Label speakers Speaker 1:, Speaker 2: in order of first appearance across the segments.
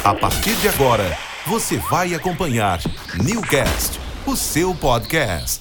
Speaker 1: A partir de agora, você vai acompanhar Newcast, o seu podcast.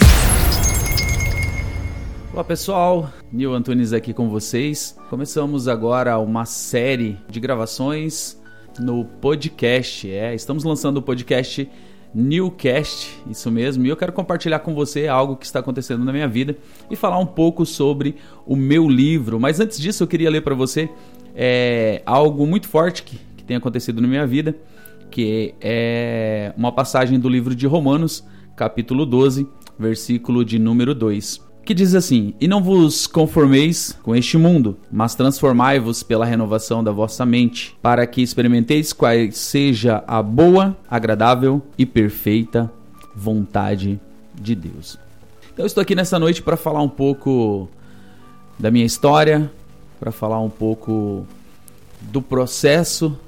Speaker 2: Olá pessoal, Nil Antunes aqui com vocês. Começamos agora uma série de gravações no podcast. Estamos lançando o podcast Newcast, isso mesmo, e eu quero compartilhar com você algo que está acontecendo na minha vida e falar um pouco sobre o meu livro. Mas antes disso eu queria ler para você algo muito forte que tem acontecido na minha vida, que é uma passagem do livro de Romanos, capítulo 12, versículo de número 2, que diz assim: E não vos conformeis com este mundo, mas transformai-vos pela renovação da vossa mente, para que experimenteis qual seja a boa, agradável e perfeita vontade de Deus. Então eu estou aqui nessa noite para falar um pouco da minha história, para falar um pouco do processo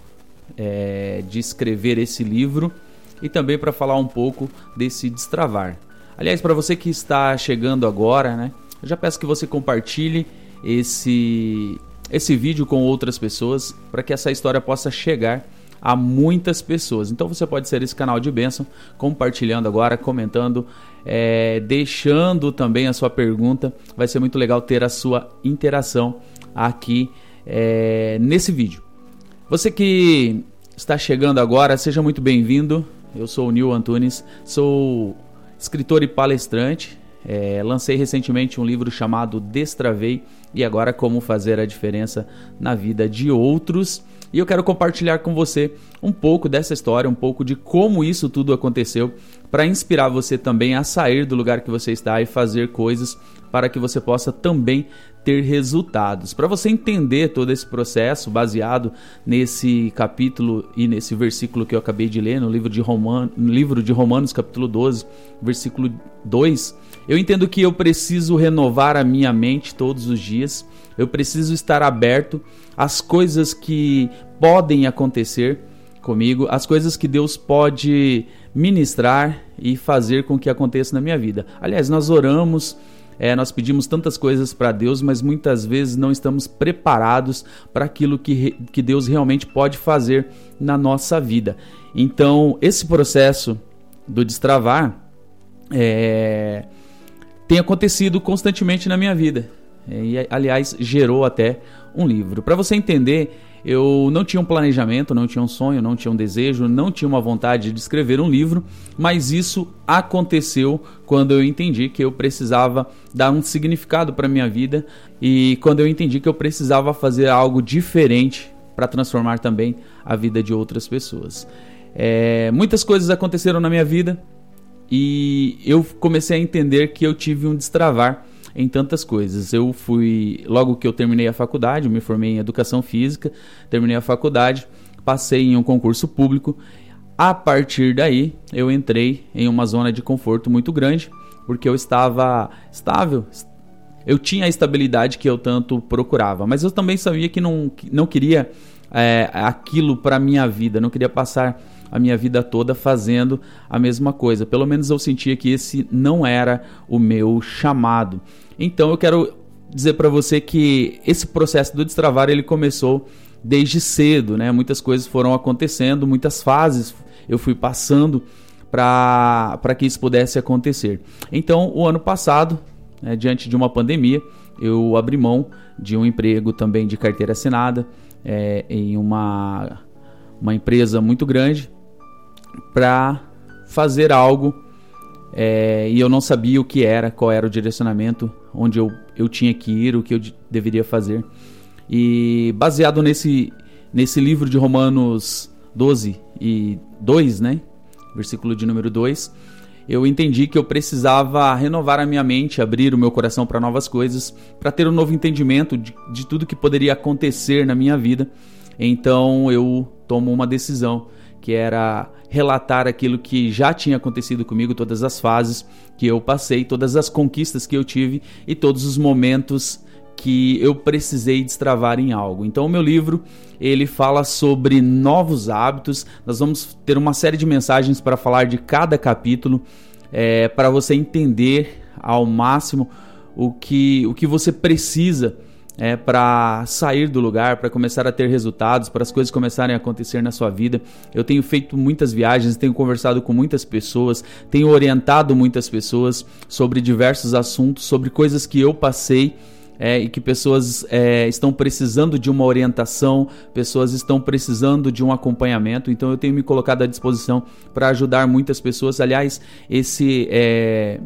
Speaker 2: de escrever esse livro e também para falar um pouco desse destravar. Aliás, para você que está chegando agora, né, eu já peço que você compartilhe esse vídeo com outras pessoas para que essa história possa chegar a muitas pessoas. Então você pode ser esse canal de bênção, compartilhando agora, comentando, deixando também a sua pergunta. Vai ser muito legal ter a sua interação aqui nesse vídeo. Você que está chegando agora, seja muito bem-vindo. Eu sou o Nil Antunes, sou escritor e palestrante. Lancei recentemente um livro chamado Destravei e agora como fazer a diferença na vida de outros. E eu quero compartilhar com você um pouco dessa história, um pouco de como isso tudo aconteceu, para inspirar você também a sair do lugar que você está e fazer coisas para que você possa também ter resultados. Para você entender todo esse processo baseado nesse capítulo e nesse versículo que eu acabei de ler, no livro de Romanos, capítulo 12, versículo 2, eu entendo que eu preciso renovar a minha mente todos os dias. Eu preciso estar aberto às coisas que podem acontecer comigo, às coisas que Deus pode ministrar e fazer com que aconteça na minha vida. Aliás, nós oramos, nós pedimos tantas coisas para Deus, mas muitas vezes não estamos preparados para aquilo que Deus realmente pode fazer na nossa vida. Então, esse processo do destravar tem acontecido constantemente na minha vida. E, aliás, gerou até um livro. Para você entender, eu não tinha um planejamento, não tinha um sonho, não tinha um desejo, não tinha uma vontade de escrever um livro, mas isso aconteceu quando eu entendi que eu precisava dar um significado para a minha vida e quando eu entendi que eu precisava fazer algo diferente para transformar também a vida de outras pessoas. Muitas coisas aconteceram na minha vida e eu comecei a entender que eu tive um destravar em tantas coisas. Eu fui, logo que eu terminei a faculdade, eu me formei em educação física, terminei a faculdade, passei em um concurso público. A partir daí, eu entrei em uma zona de conforto muito grande, porque eu estava estável, eu tinha a estabilidade que eu tanto procurava, mas eu também sabia que não queria aquilo para a minha vida, não queria passar a minha vida toda fazendo a mesma coisa. Pelo menos eu sentia que esse não era o meu chamado. Então eu quero dizer para você que esse processo do destravar, ele começou desde cedo, né? Muitas coisas foram acontecendo, muitas fases eu fui passando para que isso pudesse acontecer. Então, o ano passado, diante de uma pandemia, eu abri mão de um emprego também de carteira assinada em uma empresa muito grande, para fazer algo e eu não sabia o que era, qual era o direcionamento, onde eu tinha que ir, o que eu deveria fazer. E baseado nesse livro de Romanos 12 e 2, né, versículo de número 2, eu entendi que eu precisava renovar a minha mente, abrir o meu coração para novas coisas, para ter um novo entendimento de tudo que poderia acontecer na minha vida. Então eu tomo uma decisão, que era relatar aquilo que já tinha acontecido comigo, todas as fases que eu passei, todas as conquistas que eu tive e todos os momentos que eu precisei destravar em algo. Então o meu livro, ele fala sobre novos hábitos. Nós vamos ter uma série de mensagens para falar de cada capítulo, para você entender ao máximo o que você precisa para sair do lugar, para começar a ter resultados, para as coisas começarem a acontecer na sua vida. Eu tenho feito muitas viagens, tenho conversado com muitas pessoas, tenho orientado muitas pessoas sobre diversos assuntos, sobre coisas que eu passei, e que pessoas estão precisando de uma orientação, pessoas estão precisando de um acompanhamento. Então eu tenho me colocado à disposição para ajudar muitas pessoas. Aliás, esse é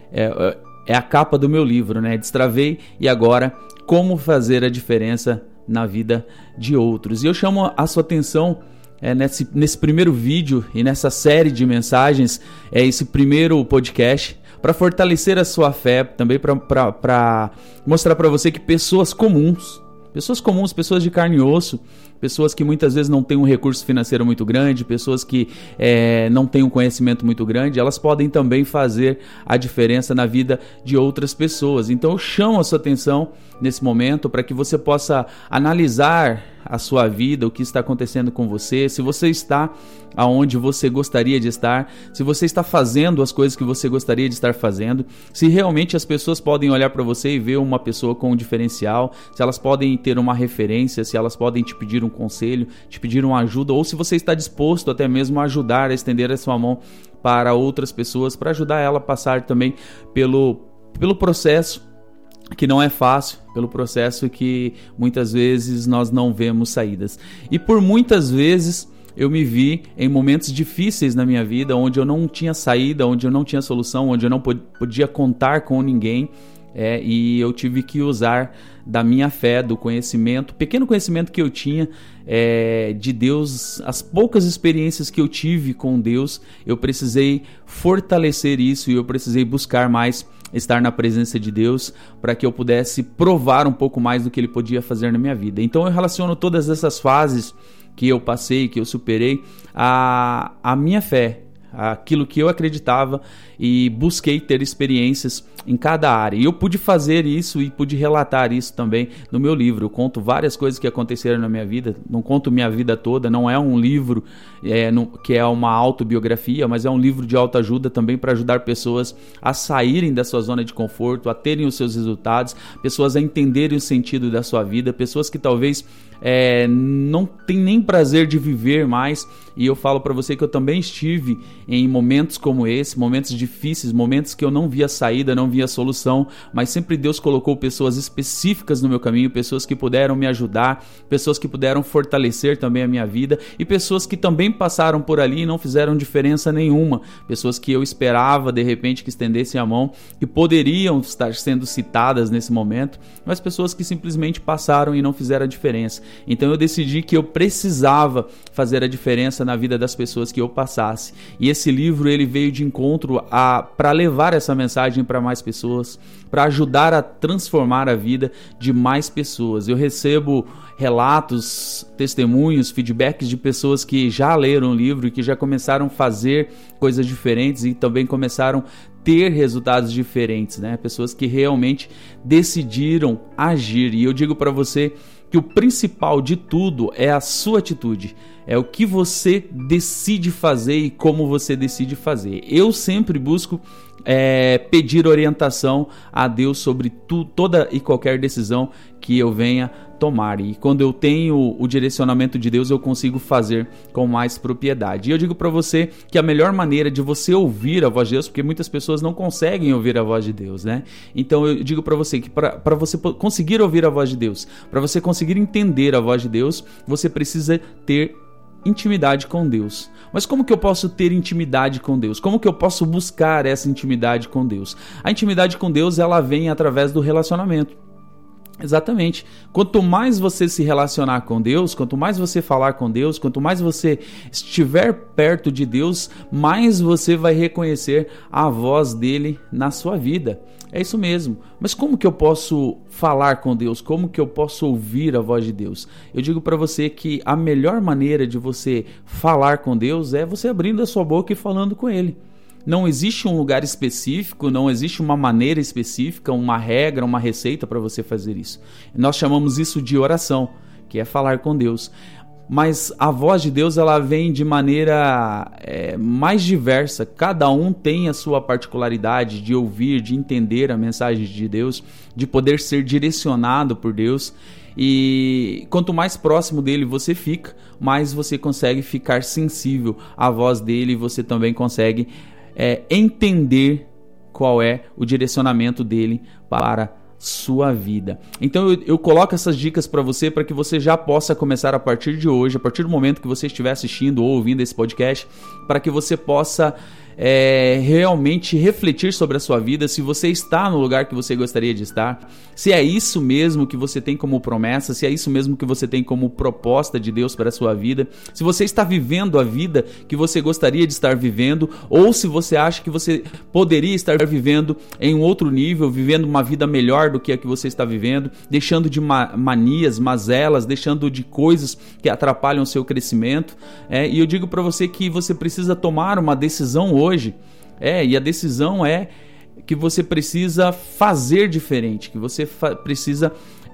Speaker 2: a capa do meu livro, né? Destravei e agora como fazer a diferença na vida de outros. E eu chamo a sua atenção nesse primeiro vídeo e nessa série de mensagens, esse primeiro podcast, para fortalecer a sua fé, também para mostrar para você que pessoas comuns, pessoas de carne e osso, pessoas que muitas vezes não têm um recurso financeiro muito grande, pessoas que não têm um conhecimento muito grande, elas podem também fazer a diferença na vida de outras pessoas. Então eu chamo a sua atenção nesse momento para que você possa analisar a sua vida, o que está acontecendo com você, se você está aonde você gostaria de estar, se você está fazendo as coisas que você gostaria de estar fazendo, se realmente as pessoas podem olhar para você e ver uma pessoa com um diferencial, se elas podem ter uma referência, se elas podem te pedir um conselho, te pedir uma ajuda, ou se você está disposto até mesmo a ajudar, a estender a sua mão para outras pessoas, para ajudar ela a passar também pelo processo que não é fácil, pelo processo que muitas vezes nós não vemos saídas. E por muitas vezes eu me vi em momentos difíceis na minha vida, onde eu não tinha saída, onde eu não tinha solução, onde eu não podia contar com ninguém, e eu tive que usar da minha fé, do conhecimento, pequeno conhecimento que eu tinha de Deus, as poucas experiências que eu tive com Deus, eu precisei fortalecer isso e eu precisei buscar mais estar na presença de Deus para que eu pudesse provar um pouco mais do que Ele podia fazer na minha vida. Então eu relaciono todas essas fases que eu passei, que eu superei, a minha fé, aquilo que eu acreditava, e busquei ter experiências em cada área. E eu pude fazer isso e pude relatar isso também no meu livro. Eu conto várias coisas que aconteceram na minha vida, não conto minha vida toda, não é um livro que é uma autobiografia, mas é um livro de autoajuda também para ajudar pessoas a saírem da sua zona de conforto, a terem os seus resultados, pessoas a entenderem o sentido da sua vida, pessoas que talvez não tem nem prazer de viver mais. E eu falo para você que eu também estive em momentos como esse, momentos difíceis, momentos que eu não via saída, não via solução, mas sempre Deus colocou pessoas específicas no meu caminho, pessoas que puderam me ajudar, pessoas que puderam fortalecer também a minha vida, e pessoas que também passaram por ali e não fizeram diferença nenhuma, pessoas que eu esperava de repente que estendessem a mão, que poderiam estar sendo citadas nesse momento, mas pessoas que simplesmente passaram e não fizeram a diferença. Então eu decidi que eu precisava fazer a diferença na vida das pessoas que eu passasse. E esse livro ele veio de encontro para levar essa mensagem para mais pessoas, para ajudar a transformar a vida de mais pessoas. Eu recebo relatos, testemunhos, feedbacks de pessoas que já leram o livro e que já começaram a fazer coisas diferentes e também começaram a ter resultados diferentes, né? Pessoas que realmente decidiram agir. E eu digo para você que o principal de tudo é a sua atitude, é o que você decide fazer e como você decide fazer. Eu sempre busco pedir orientação a Deus sobre toda e qualquer decisão que eu venha tomar, e quando eu tenho o direcionamento de Deus eu consigo fazer com mais propriedade. E eu digo para você que a melhor maneira de você ouvir a voz de Deus, porque muitas pessoas não conseguem ouvir a voz de Deus, né? Então eu digo para você que para você conseguir ouvir a voz de Deus, para você conseguir entender a voz de Deus, você precisa ter intimidade com Deus. Mas como que eu posso ter intimidade com Deus? Como que eu posso buscar essa intimidade com Deus? A intimidade com Deus, ela vem através do relacionamento. Exatamente. Quanto mais você se relacionar com Deus, quanto mais você falar com Deus, quanto mais você estiver perto de Deus, mais você vai reconhecer a voz dele na sua vida. É isso mesmo. Mas como que eu posso falar com Deus? Como que eu posso ouvir a voz de Deus? Eu digo para você que a melhor maneira de você falar com Deus é você abrindo a sua boca e falando com ele. Não existe um lugar específico, não existe uma maneira específica, uma regra, uma receita para você fazer isso. Nós chamamos isso de oração, que é falar com Deus. mas a voz de Deus ela vem de maneira mais diversa. Cada um tem a sua particularidade de ouvir, de entender a mensagem de Deus, de poder ser direcionado por Deus. E quanto mais próximo dele você fica, mais você consegue ficar sensível à voz dele, e você também consegue entender qual é o direcionamento dele para sua vida. Então eu coloco essas dicas para você, para que você já possa começar a partir de hoje, a partir do momento que você estiver assistindo ou ouvindo esse podcast, para que você possa realmente refletir sobre a sua vida, se você está no lugar que você gostaria de estar, se é isso mesmo que você tem como promessa, se é isso mesmo que você tem como proposta de Deus para a sua vida, se você está vivendo a vida que você gostaria de estar vivendo, ou se você acha que você poderia estar vivendo em um outro nível, vivendo uma vida melhor do que a que você está vivendo, deixando de manias, mazelas, deixando de coisas que atrapalham o seu crescimento. E eu digo para você que você precisa tomar uma decisão hoje, e a decisão é que você precisa fazer diferente, que você precisa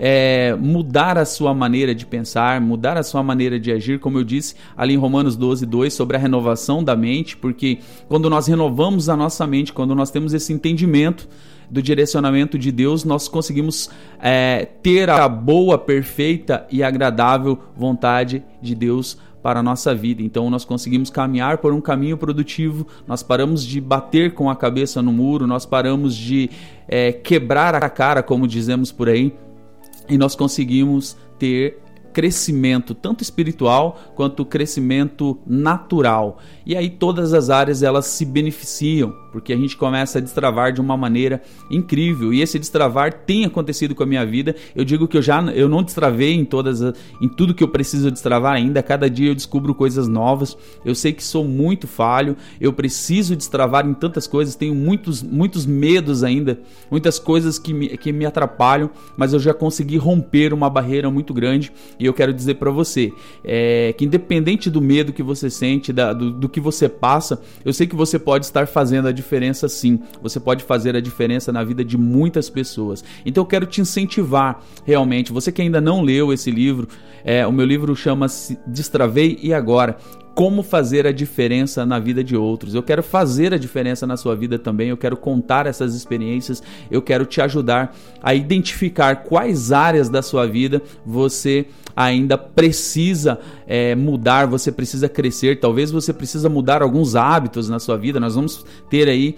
Speaker 2: mudar a sua maneira de pensar, mudar a sua maneira de agir, como eu disse ali em Romanos 12:2, sobre a renovação da mente, porque quando nós renovamos a nossa mente, quando nós temos esse entendimento do direcionamento de Deus, nós conseguimos ter a boa, perfeita e agradável vontade de Deus para a nossa vida. Então nós conseguimos caminhar por um caminho produtivo, nós paramos de bater com a cabeça no muro, nós paramos de quebrar a cara, como dizemos por aí, e nós conseguimos ter crescimento tanto espiritual quanto crescimento natural. E aí todas as áreas elas se beneficiam, porque a gente começa a destravar de uma maneira incrível. E esse destravar tem acontecido com a minha vida. Eu digo que eu não destravei em tudo que eu preciso destravar ainda. Cada dia eu descubro coisas novas. Eu sei que sou muito falho. Eu preciso destravar em tantas coisas. Tenho muitos medos ainda, muitas coisas que me atrapalham, mas eu já consegui romper uma barreira muito grande. E eu quero dizer para você que independente do medo que você sente, do que você passa, eu sei que você pode estar fazendo a diferença sim. Você pode fazer a diferença na vida de muitas pessoas. Então eu quero te incentivar realmente. Você que ainda não leu esse livro, o meu livro chama-se Destravei e Agora. Como fazer a diferença na vida de outros. Eu quero fazer a diferença na sua vida também. Eu quero contar essas experiências. Eu quero te ajudar a identificar quais áreas da sua vida você ainda precisa mudar, você precisa crescer. Talvez você precisa mudar alguns hábitos na sua vida. Nós vamos ter aí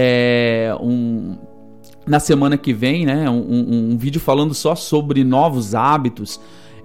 Speaker 2: na semana que vem, né, um vídeo falando só sobre novos hábitos.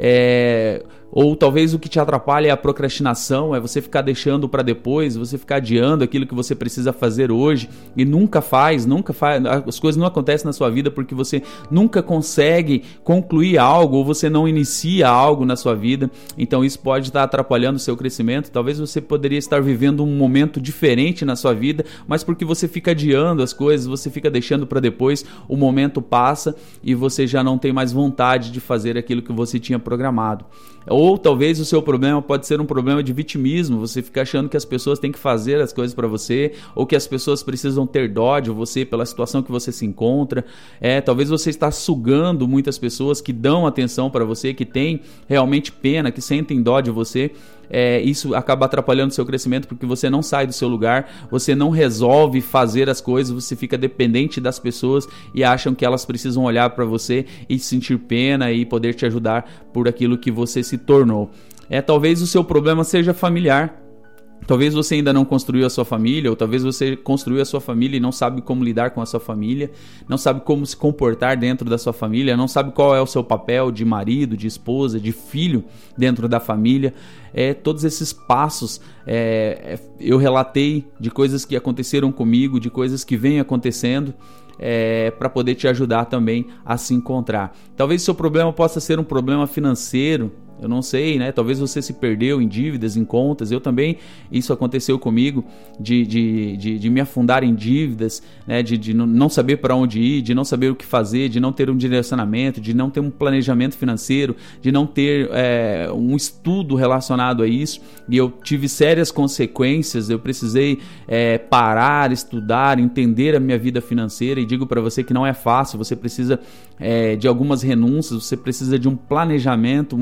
Speaker 2: Ou talvez o que te atrapalha é a procrastinação, é você ficar deixando para depois, você ficar adiando aquilo que você precisa fazer hoje e nunca faz, as coisas não acontecem na sua vida porque você nunca consegue concluir algo ou você não inicia algo na sua vida. Então isso pode estar atrapalhando o seu crescimento. Talvez você poderia estar vivendo um momento diferente na sua vida, mas porque você fica adiando as coisas, você fica deixando para depois, o momento passa e você já não tem mais vontade de fazer aquilo que você tinha programado. Ou talvez o seu problema pode ser um problema de vitimismo, você fica achando que as pessoas têm que fazer as coisas para você, ou que as pessoas precisam ter dó de você pela situação que você se encontra. Talvez você está sugando muitas pessoas que dão atenção para você, que têm realmente pena, que sentem dó de você. Isso acaba atrapalhando o seu crescimento porque você não sai do seu lugar, você não resolve fazer as coisas, você fica dependente das pessoas e acham que elas precisam olhar para você e sentir pena e poder te ajudar por aquilo que você se tornou. Talvez o seu problema seja familiar. Talvez você ainda não construiu a sua família, ou talvez você construiu a sua família e não sabe como lidar com a sua família, não sabe como se comportar dentro da sua família, não sabe qual é o seu papel de marido, de esposa, de filho dentro da família. Todos esses passos eu relatei de coisas que aconteceram comigo, de coisas que vêm acontecendo, para poder te ajudar também a se encontrar. Talvez seu problema possa ser um problema financeiro. Eu não sei, né? Talvez você se perdeu em dívidas, em contas. Eu também, isso aconteceu comigo, de me afundar em dívidas, né? De não saber para onde ir, de não saber o que fazer, de não ter um direcionamento, de não ter um planejamento financeiro, de não ter um estudo relacionado a isso. E eu tive sérias consequências. Eu precisei parar, estudar, entender a minha vida financeira. E digo para você que não é fácil. Você precisa de algumas renúncias, você precisa de um planejamento muito grande.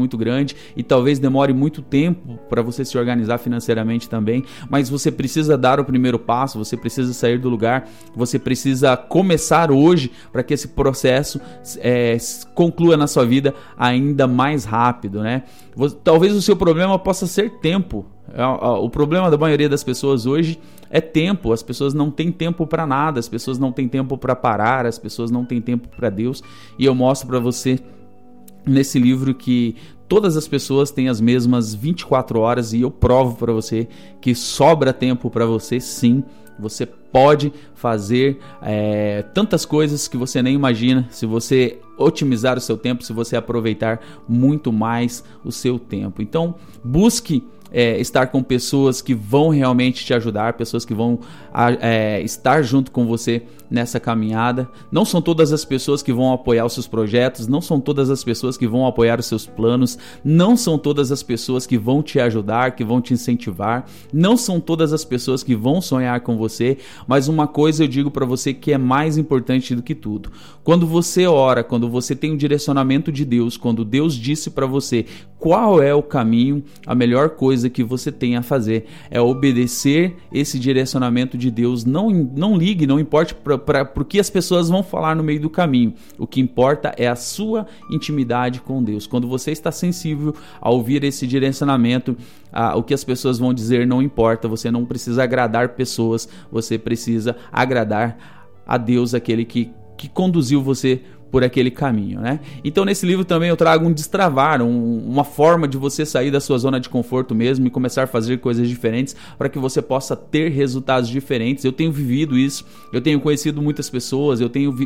Speaker 2: grande e talvez demore muito tempo para você se organizar financeiramente também, mas você precisa dar o primeiro passo, você precisa sair do lugar, você precisa começar hoje para que esse processo conclua na sua vida ainda mais rápido, né? Talvez o seu problema possa ser tempo. O problema da maioria das pessoas hoje é tempo. As pessoas não têm tempo para nada, as pessoas não têm tempo para parar, as pessoas não têm tempo para Deus. E eu mostro para você nesse livro que todas as pessoas têm as mesmas 24 horas e eu provo para você que sobra tempo para você, sim. Você pode fazer tantas coisas que você nem imagina se você otimizar o seu tempo, se você aproveitar muito mais o seu tempo. Então, busque estar com pessoas que vão realmente te ajudar, pessoas que vão estar junto com você nessa caminhada. Não são todas as pessoas que vão apoiar os seus projetos, não são todas as pessoas que vão apoiar os seus planos, não são todas as pessoas que vão te ajudar, que vão te incentivar, não são todas as pessoas que vão sonhar com você, mas uma coisa eu digo para você que é mais importante do que tudo. Quando você ora, quando você tem um direcionamento de Deus, quando Deus disse para você qual é o caminho, a melhor coisa que você tem a fazer é obedecer esse direcionamento de Deus. Não ligue, não importe para o que as pessoas vão falar no meio do caminho. O que importa é a sua intimidade com Deus. Quando você está sensível a ouvir esse direcionamento, o que as pessoas vão dizer não importa. Você não precisa agradar pessoas, você precisa agradar a Deus, aquele que conduziu você por aquele caminho, né? Então nesse livro também eu trago um destravar, uma forma de você sair da sua zona de conforto mesmo e começar a fazer coisas diferentes para que você possa ter resultados diferentes. Eu tenho vivido isso, eu tenho conhecido muitas pessoas, eu tenho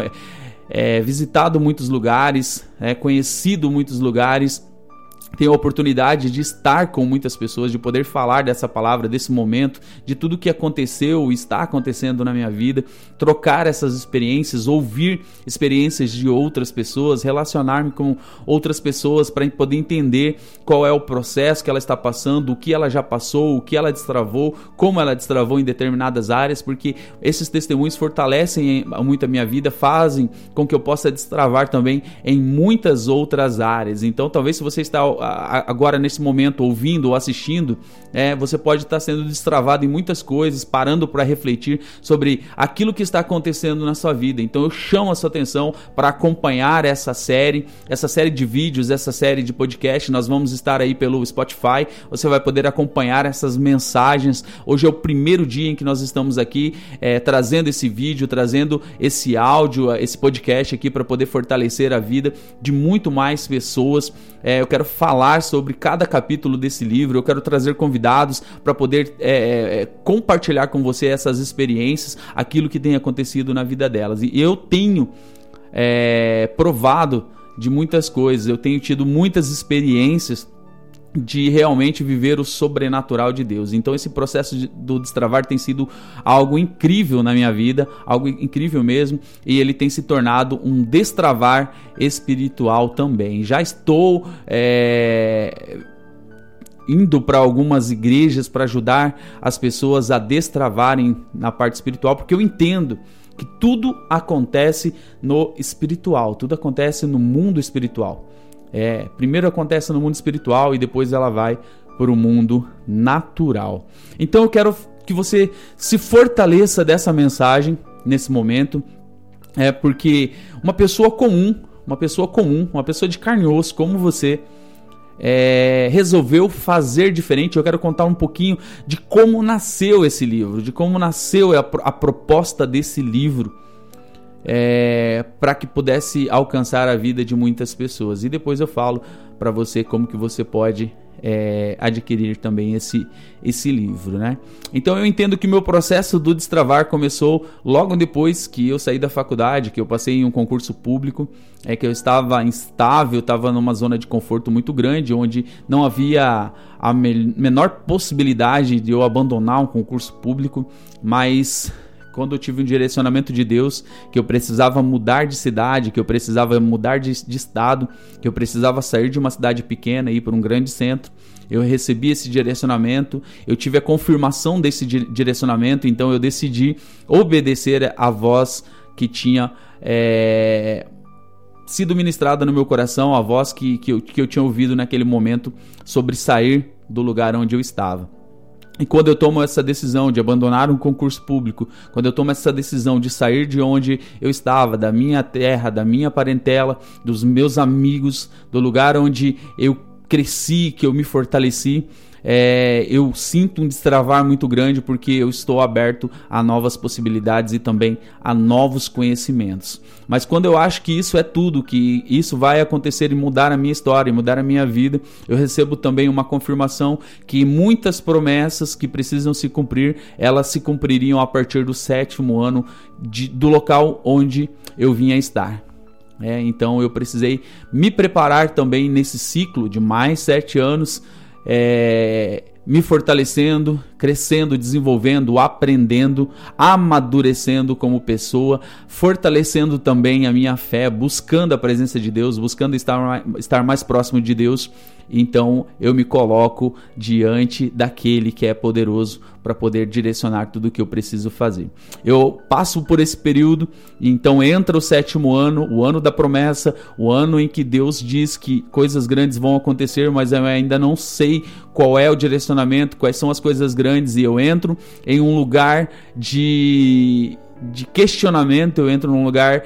Speaker 2: visitado muitos lugares, conhecido muitos lugares, tenho a oportunidade de estar com muitas pessoas, de poder falar dessa palavra, desse momento, de tudo que aconteceu e está acontecendo na minha vida, trocar essas experiências, ouvir experiências de outras pessoas, relacionar-me com outras pessoas para poder entender qual é o processo que ela está passando, o que ela já passou, o que ela destravou, como ela destravou em determinadas áreas, porque esses testemunhos fortalecem muito a minha vida, fazem com que eu possa destravar também em muitas outras áreas. Então talvez se você está agora nesse momento ouvindo ou assistindo, você pode estar sendo destravado em muitas coisas, parando para refletir sobre aquilo que está acontecendo na sua vida. Então eu chamo a sua atenção para acompanhar essa série de vídeos, essa série de podcast. Nós vamos estar aí pelo Spotify, você vai poder acompanhar essas mensagens. Hoje é o primeiro dia em que nós estamos aqui trazendo esse vídeo, trazendo esse áudio, esse podcast aqui para poder fortalecer a vida de muito mais pessoas. Eu quero falar sobre cada capítulo desse livro, eu quero trazer convidados para poder compartilhar com você essas experiências, aquilo que tem acontecido na vida delas. E eu tenho provado de muitas coisas, eu tenho tido muitas experiências de realmente viver o sobrenatural de Deus. Então esse processo do destravar tem sido algo incrível na minha vida, algo incrível mesmo, e ele tem se tornado um destravar espiritual também. Já estou indo para algumas igrejas para ajudar as pessoas a destravarem na parte espiritual, porque eu entendo que tudo acontece no espiritual, tudo acontece no mundo espiritual. Primeiro acontece no mundo espiritual e depois ela vai para o mundo natural. Então eu quero que você se fortaleça dessa mensagem nesse momento, porque uma pessoa comum, uma pessoa de carne e osso como você, resolveu fazer diferente. Eu quero contar um pouquinho de como nasceu esse livro, de como nasceu a proposta desse livro, para que pudesse alcançar a vida de muitas pessoas. E depois eu falo para você como que você pode adquirir também esse livro, né? Então eu entendo que meu processo do destravar começou logo depois que eu saí da faculdade, que eu passei em um concurso público, que eu estava instável, estava numa zona de conforto muito grande, onde não havia a menor possibilidade de eu abandonar um concurso público, mas quando eu tive um direcionamento de Deus, que eu precisava mudar de cidade, que eu precisava mudar de estado, que eu precisava sair de uma cidade pequena e ir para um grande centro, eu recebi esse direcionamento, eu tive a confirmação desse direcionamento, então eu decidi obedecer à voz que tinha sido ministrada no meu coração a voz que eu tinha ouvido naquele momento sobre sair do lugar onde eu estava. E quando eu tomo essa decisão de abandonar um concurso público, quando eu tomo essa decisão de sair de onde eu estava, da minha terra, da minha parentela, dos meus amigos, do lugar onde eu cresci, que eu me fortaleci, eu sinto um destravar muito grande, porque eu estou aberto a novas possibilidades e também a novos conhecimentos. Mas quando eu acho que isso é tudo, que isso vai acontecer e mudar a minha história, mudar a minha vida, eu recebo também uma confirmação que muitas promessas que precisam se cumprir, elas se cumpririam a partir do 7º ano do local onde eu vinha estar. Então eu precisei me preparar também nesse ciclo de mais 7 anos, me fortalecendo, crescendo, desenvolvendo, aprendendo, amadurecendo como pessoa, fortalecendo também a minha fé, buscando a presença de Deus, buscando estar mais próximo de Deus. Então eu me coloco diante daquele que é poderoso para poder direcionar tudo o que eu preciso fazer. Eu passo por esse período, e então entra o 7º ano, o ano da promessa, o ano em que Deus diz que coisas grandes vão acontecer, mas eu ainda não sei qual é o direcionamento, quais são as coisas grandes, e eu entro em um lugar de questionamento, eu entro num lugar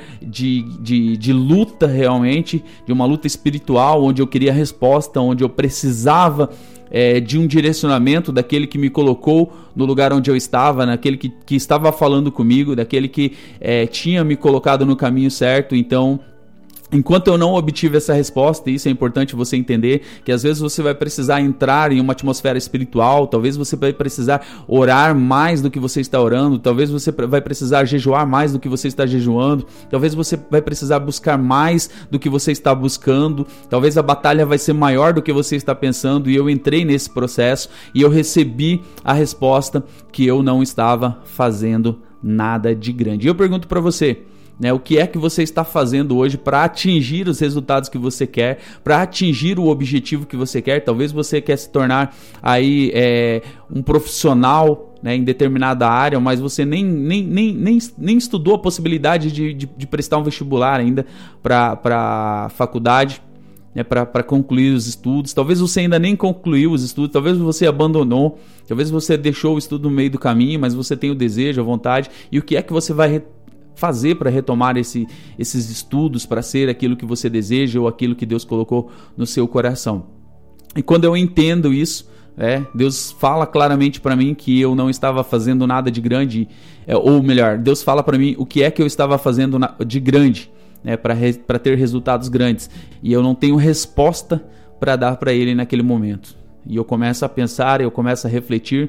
Speaker 2: de luta realmente, de uma luta espiritual, onde eu queria resposta, onde eu precisava de um direcionamento daquele que me colocou no lugar onde eu estava, naquele que estava falando comigo, daquele que tinha me colocado no caminho certo. Então, enquanto eu não obtive essa resposta, e isso é importante você entender, que às vezes você vai precisar entrar em uma atmosfera espiritual, talvez você vai precisar orar mais do que você está orando, talvez você vai precisar jejuar mais do que você está jejuando, talvez você vai precisar buscar mais do que você está buscando, talvez a batalha vai ser maior do que você está pensando, e eu entrei nesse processo e eu recebi a resposta que eu não estava fazendo nada de grande. E eu pergunto para você, o que é que você está fazendo hoje para atingir os resultados que você quer, para atingir o objetivo que você quer? Talvez você quer se tornar aí um profissional, em determinada área, mas você nem estudou a possibilidade de prestar um vestibular ainda para a faculdade, para concluir os estudos. Talvez você ainda nem concluiu os estudos, talvez você abandonou, talvez você deixou o estudo no meio do caminho, mas você tem o desejo, a vontade. E o que é que você vai fazer para retomar esses estudos, para ser aquilo que você deseja ou aquilo que Deus colocou no seu coração? E quando eu entendo isso, Deus fala claramente para mim que eu não estava fazendo nada de grande, ou melhor, Deus fala para mim o que é que eu estava fazendo de grande, para ter resultados grandes, e eu não tenho resposta para dar para Ele naquele momento. E eu começo a pensar, eu começo a refletir,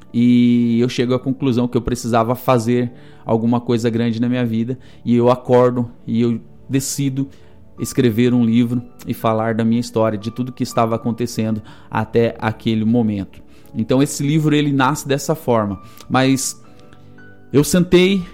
Speaker 2: e eu chego à conclusão que eu precisava fazer alguma coisa grande na minha vida, e eu acordo e eu decido escrever um livro e falar da minha história, de tudo que estava acontecendo até aquele momento. Então esse livro ele nasce dessa forma, mas eu sentei,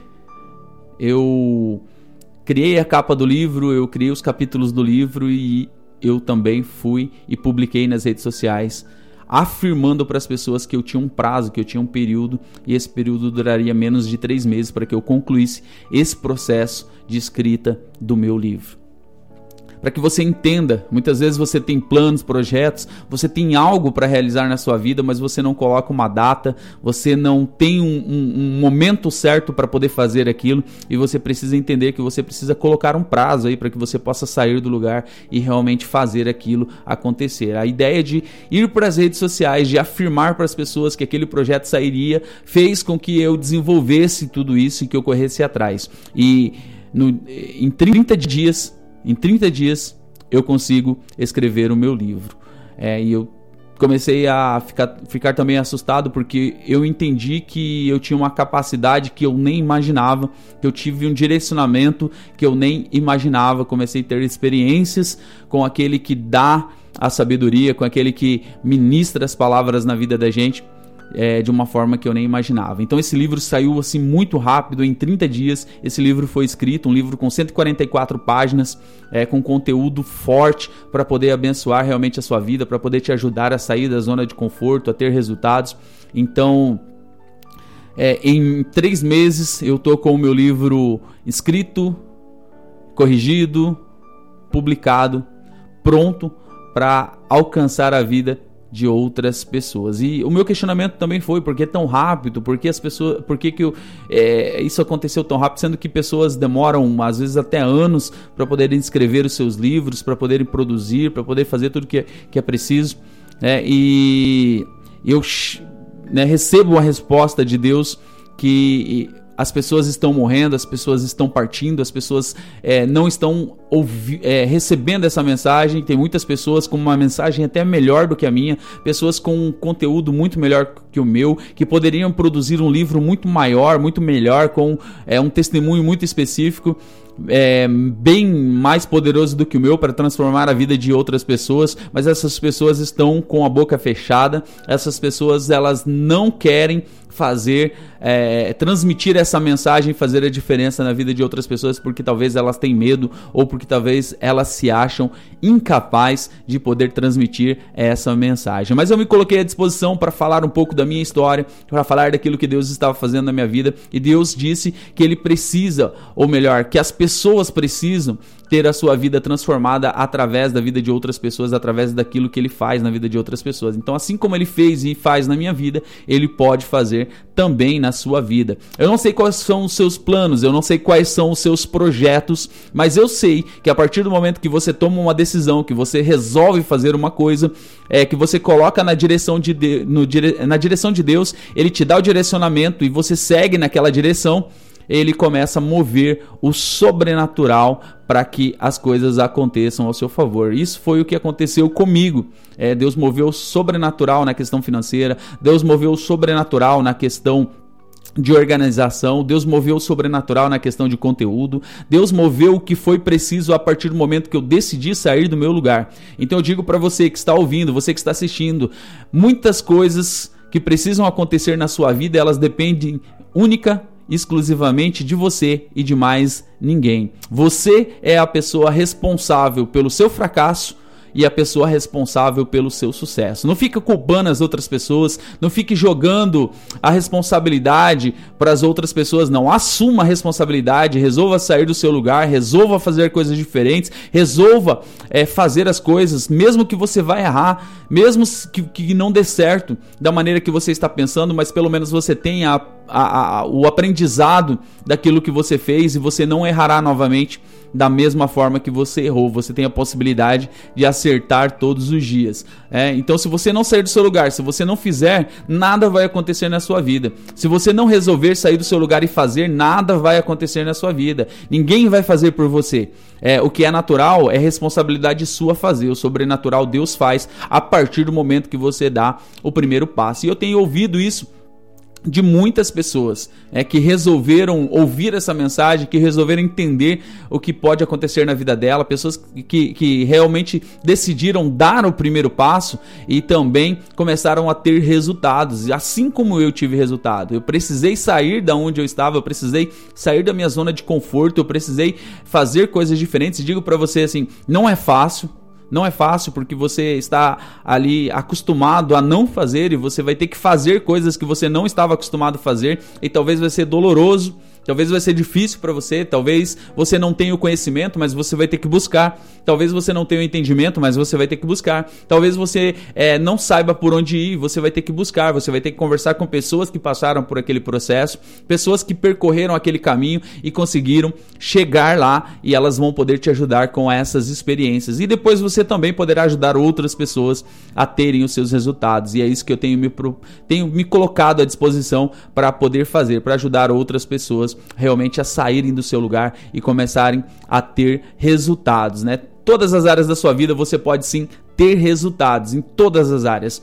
Speaker 2: eu criei a capa do livro, eu criei os capítulos do livro, e eu também fui e publiquei nas redes sociais, afirmando para as pessoas que eu tinha um prazo, que eu tinha um período, e esse período duraria menos de 3 meses para que eu concluísse esse processo de escrita do meu livro. Para que você entenda, muitas vezes você tem planos, projetos, você tem algo para realizar na sua vida, mas você não coloca uma data, você não tem um momento certo para poder fazer aquilo, e você precisa entender que você precisa colocar um prazo aí para que você possa sair do lugar e realmente fazer aquilo acontecer. A ideia de ir para as redes sociais, de afirmar para as pessoas que aquele projeto sairia, fez com que eu desenvolvesse tudo isso e que eu corresse atrás. E em 30 dias eu consigo escrever o meu livro. E eu comecei a ficar também assustado, porque eu entendi que eu tinha uma capacidade que eu nem imaginava, que eu tive um direcionamento que eu nem imaginava. Comecei a ter experiências com aquele que dá a sabedoria, com aquele que ministra as palavras na vida da gente, de uma forma que eu nem imaginava. Então esse livro saiu assim muito rápido, em 30 dias esse livro foi escrito, um livro com 144 páginas, com conteúdo forte para poder abençoar realmente a sua vida, para poder te ajudar a sair da zona de conforto, a ter resultados. Então em 3 meses eu estou com o meu livro escrito, corrigido, publicado, pronto para alcançar a vida de outras pessoas. E o meu questionamento também foi: por que tão rápido? Por que isso aconteceu tão rápido, sendo que pessoas demoram às vezes até anos para poderem escrever os seus livros, para poderem produzir, para poder fazer tudo que é preciso, né? E eu recebo a resposta de Deus que as pessoas estão morrendo, as pessoas estão partindo, as pessoas não estão recebendo essa mensagem. Tem muitas pessoas com uma mensagem até melhor do que a minha, pessoas com um conteúdo muito melhor que o meu, que poderiam produzir um livro muito maior, muito melhor, com um testemunho muito específico, bem mais poderoso do que o meu, para transformar a vida de outras pessoas. Mas essas pessoas estão com a boca fechada. Essas pessoas, elas não querem transmitir essa mensagem, fazer a diferença na vida de outras pessoas, porque talvez elas têm medo, ou porque talvez elas se acham incapazes de poder transmitir essa mensagem. Mas eu me coloquei à disposição para falar um pouco da minha história, para falar daquilo que Deus estava fazendo na minha vida. E Deus disse que Ele precisa, ou melhor, que as pessoas precisam ter a sua vida transformada através da vida de outras pessoas, através daquilo que Ele faz na vida de outras pessoas. Então, assim como Ele fez e faz na minha vida, Ele pode fazer também na sua vida. Eu não sei quais são os seus planos, eu não sei quais são os seus projetos, mas eu sei que a partir do momento que você toma uma decisão, que você resolve fazer uma coisa, que você coloca na direção de Deus, Ele te dá o direcionamento e você segue naquela direção, Ele começa a mover o sobrenatural para que as coisas aconteçam ao seu favor. Isso foi o que aconteceu comigo. Deus moveu o sobrenatural na questão financeira, Deus moveu o sobrenatural na questão de organização, Deus moveu o sobrenatural na questão de conteúdo, Deus moveu o que foi preciso a partir do momento que eu decidi sair do meu lugar. Então eu digo para você que está ouvindo, você que está assistindo, muitas coisas que precisam acontecer na sua vida, elas dependem exclusivamente de você e de mais ninguém. Você é a pessoa responsável pelo seu fracasso e a pessoa responsável pelo seu sucesso. Não fica culpando as outras pessoas, não fique jogando a responsabilidade para as outras pessoas, não. Assuma a responsabilidade, resolva sair do seu lugar, resolva fazer coisas diferentes, resolva fazer as coisas, mesmo que você vai errar, mesmo que não dê certo da maneira que você está pensando, mas pelo menos você tenha o aprendizado daquilo que você fez e você não errará novamente da mesma forma que você errou. Você tem a possibilidade de acertar todos os dias. Então, se você não sair do seu lugar, se você não fizer, nada vai acontecer na sua vida. Se você não resolver sair do seu lugar e fazer, nada vai acontecer na sua vida. Ninguém vai fazer por você. O que é natural é responsabilidade sua fazer. O sobrenatural Deus faz a partir do momento que você dá o primeiro passo. E eu tenho ouvido isso de muitas pessoas que resolveram ouvir essa mensagem, que resolveram entender o que pode acontecer na vida dela, pessoas que realmente decidiram dar o primeiro passo e também começaram a ter resultados, assim como eu tive resultado. Eu precisei sair da onde eu estava, eu precisei sair da minha zona de conforto, eu precisei fazer coisas diferentes. E digo para você assim, não é fácil. Não é fácil porque você está ali acostumado a não fazer e você vai ter que fazer coisas que você não estava acostumado a fazer e talvez vai ser doloroso, talvez vai ser difícil para você, talvez você não tenha o conhecimento, mas você vai ter que buscar, talvez você não tenha o entendimento, mas você vai ter que buscar, talvez você não saiba por onde ir, você vai ter que buscar, você vai ter que conversar com pessoas que passaram por aquele processo, pessoas que percorreram aquele caminho e conseguiram chegar lá e elas vão poder te ajudar com essas experiências. E depois você também poderá ajudar outras pessoas a terem os seus resultados. E é isso que eu tenho me colocado à disposição para poder fazer, para ajudar outras pessoas realmente a saírem do seu lugar e começarem a ter resultados, né? Todas as áreas da sua vida você pode sim ter resultados, em todas as áreas.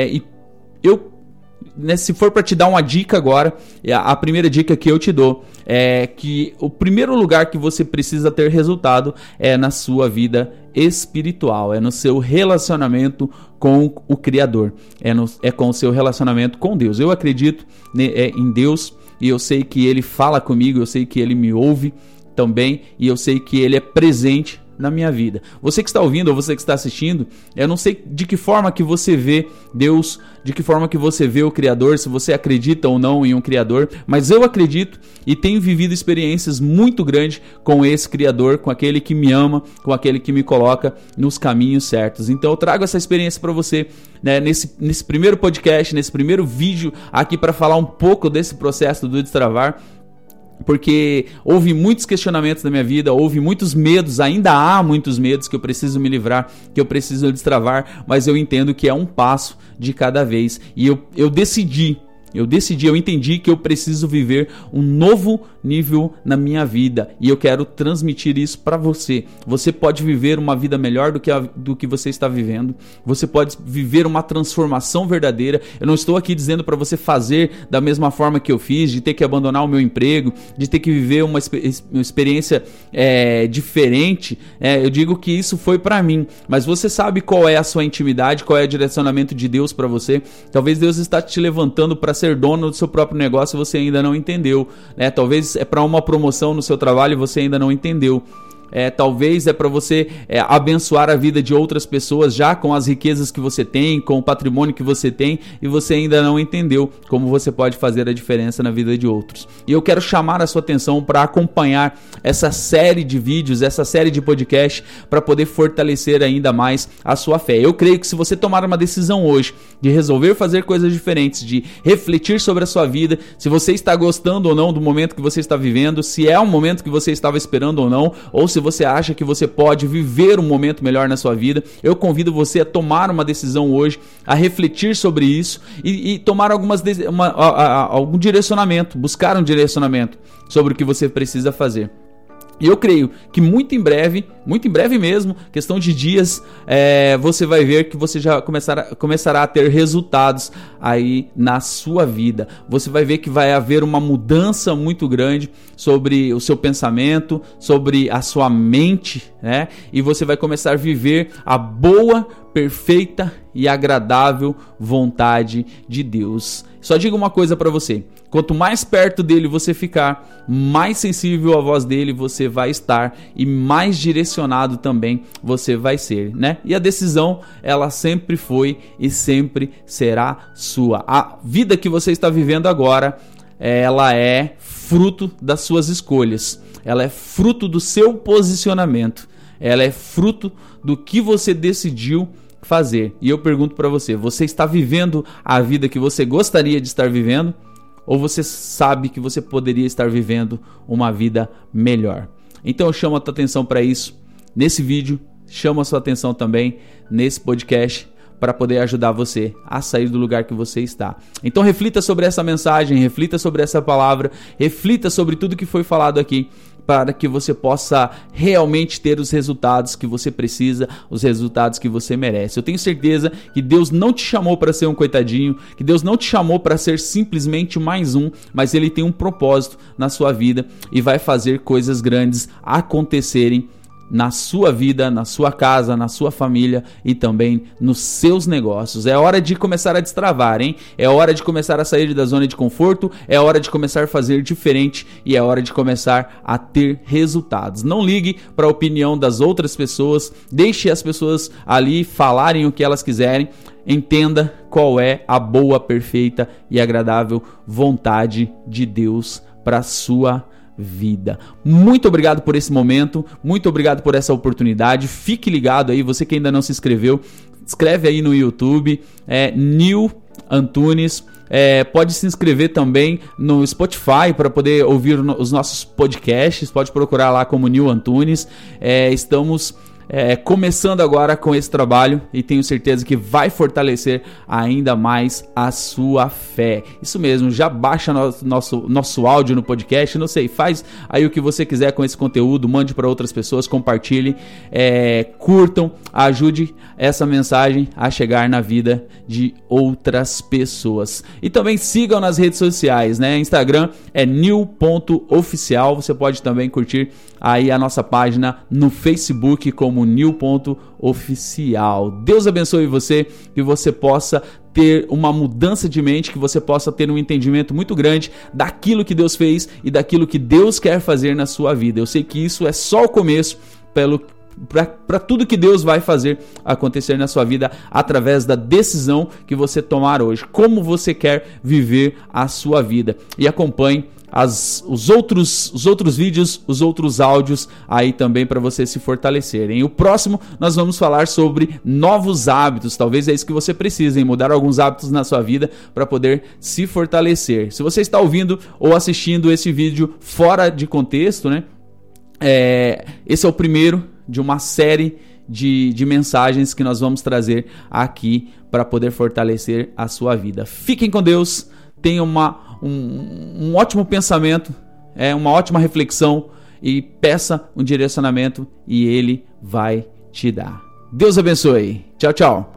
Speaker 2: Se for para te dar uma dica agora, a primeira dica que eu te dou é que o primeiro lugar que você precisa ter resultado é na sua vida espiritual, é no seu relacionamento com o Criador, é com o seu relacionamento com Deus. Eu acredito em Deus e eu sei que Ele fala comigo, eu sei que Ele me ouve também e eu sei que Ele é presente na minha vida. Você que está ouvindo ou você que está assistindo, eu não sei de que forma que você vê Deus, de que forma que você vê o Criador, se você acredita ou não em um Criador, mas eu acredito e tenho vivido experiências muito grandes com esse Criador, com aquele que me ama, com aquele que me coloca nos caminhos certos. Então eu trago essa experiência para você, né, nesse primeiro podcast, nesse primeiro vídeo aqui para falar um pouco desse processo do destravar. Porque houve muitos questionamentos na minha vida, houve muitos medos, ainda há muitos medos que eu preciso me livrar, que eu preciso destravar, mas eu entendo que é um passo de cada vez. E eu entendi que eu preciso viver um novo nível na minha vida e eu quero transmitir isso para você. Você pode viver uma vida melhor do que você está vivendo. Você pode viver uma transformação verdadeira. Eu não estou aqui dizendo para você fazer da mesma forma que eu fiz, de ter que abandonar o meu emprego, de ter que viver uma experiência diferente. Eu digo que isso foi para mim, mas você sabe qual é a sua intimidade, qual é o direcionamento de Deus para você. Talvez Deus está te levantando para ser dono do seu próprio negócio e você ainda não entendeu, né? Talvez é para uma promoção no seu trabalho e você ainda não entendeu. Talvez é para você abençoar a vida de outras pessoas já com as riquezas que você tem, com o patrimônio que você tem e você ainda não entendeu como você pode fazer a diferença na vida de outros. E eu quero chamar a sua atenção para acompanhar essa série de vídeos, essa série de podcast para poder fortalecer ainda mais a sua fé. Eu creio que se você tomar uma decisão hoje de resolver fazer coisas diferentes, de refletir sobre a sua vida, se você está gostando ou não do momento que você está vivendo, se é um momento que você estava esperando ou não, ou se você acha que você pode viver um momento melhor na sua vida, eu convido você a tomar uma decisão hoje, a refletir sobre isso e tomar algum direcionamento, buscar um direcionamento sobre o que você precisa fazer. E eu creio que muito em breve mesmo, questão de dias, você vai ver que você já começará a ter resultados aí na sua vida. Você vai ver que vai haver uma mudança muito grande sobre o seu pensamento, sobre a sua mente, né? E você vai começar a viver a boa, perfeita e agradável vontade de Deus. Só digo uma coisa para você: quanto mais perto dele você ficar, mais sensível à voz dele você vai estar e mais direcionado também você vai ser, né? E a decisão, ela sempre foi e sempre será sua. A vida que você está vivendo agora, ela é fruto das suas escolhas. Ela é fruto do seu posicionamento. Ela é fruto do que você decidiu fazer. E eu pergunto para você: você está vivendo a vida que você gostaria de estar vivendo? Ou você sabe que você poderia estar vivendo uma vida melhor? Então eu chamo a tua atenção para isso nesse vídeo, chamo a sua atenção também nesse podcast para poder ajudar você a sair do lugar que você está. Então reflita sobre essa mensagem, reflita sobre essa palavra, reflita sobre tudo que foi falado aqui, para que você possa realmente ter os resultados que você precisa, os resultados que você merece. Eu tenho certeza que Deus não te chamou para ser um coitadinho, que Deus não te chamou para ser simplesmente mais um, mas Ele tem um propósito na sua vida e vai fazer coisas grandes acontecerem na sua vida, na sua casa, na sua família e também nos seus negócios. É hora de começar a destravar, hein? É hora de começar a sair da zona de conforto, é hora de começar a fazer diferente e é hora de começar a ter resultados. Não ligue para a opinião das outras pessoas, deixe as pessoas ali falarem o que elas quiserem. Entenda qual é a boa, perfeita e agradável vontade de Deus para a sua vida. Muito obrigado por esse momento, muito obrigado por essa oportunidade. Fique ligado aí, você que ainda não se inscreveu, inscreve aí no YouTube, Nil Antunes. Pode se inscrever também no Spotify para poder ouvir os nossos podcasts, pode procurar lá como Nil Antunes. Estamos começando agora com esse trabalho e tenho certeza que vai ainda mais a sua fé. Isso mesmo, já baixa nosso áudio no podcast, não sei, faz aí o que você quiser com esse conteúdo, mande para outras pessoas, compartilhe, curtam, ajude essa mensagem a chegar na vida de outras pessoas. E também sigam nas redes sociais, né? Instagram é nil.oficial, você pode também curtir aí a nossa página no Facebook como nil.oficial. Deus abençoe você, que você possa ter uma mudança de mente, que você possa ter um entendimento muito grande daquilo que Deus fez e daquilo que Deus quer fazer na sua vida. Eu sei que isso é só o começo, para tudo que Deus vai fazer acontecer na sua vida através da decisão que você tomar hoje. Como você quer viver a sua vida. E acompanhe os outros vídeos, os outros áudios aí também para você se fortalecerem. O próximo nós vamos falar sobre novos hábitos. Talvez é isso que você precisa, mudar alguns hábitos na sua vida para poder se fortalecer. Se você está ouvindo ou assistindo esse vídeo fora de contexto, né? Esse é o primeiro de uma série de mensagens que nós vamos trazer aqui para poder fortalecer a sua vida. Fiquem com Deus, tenham um ótimo pensamento, uma ótima reflexão e peça um direcionamento e Ele vai te dar. Deus abençoe. Tchau, tchau.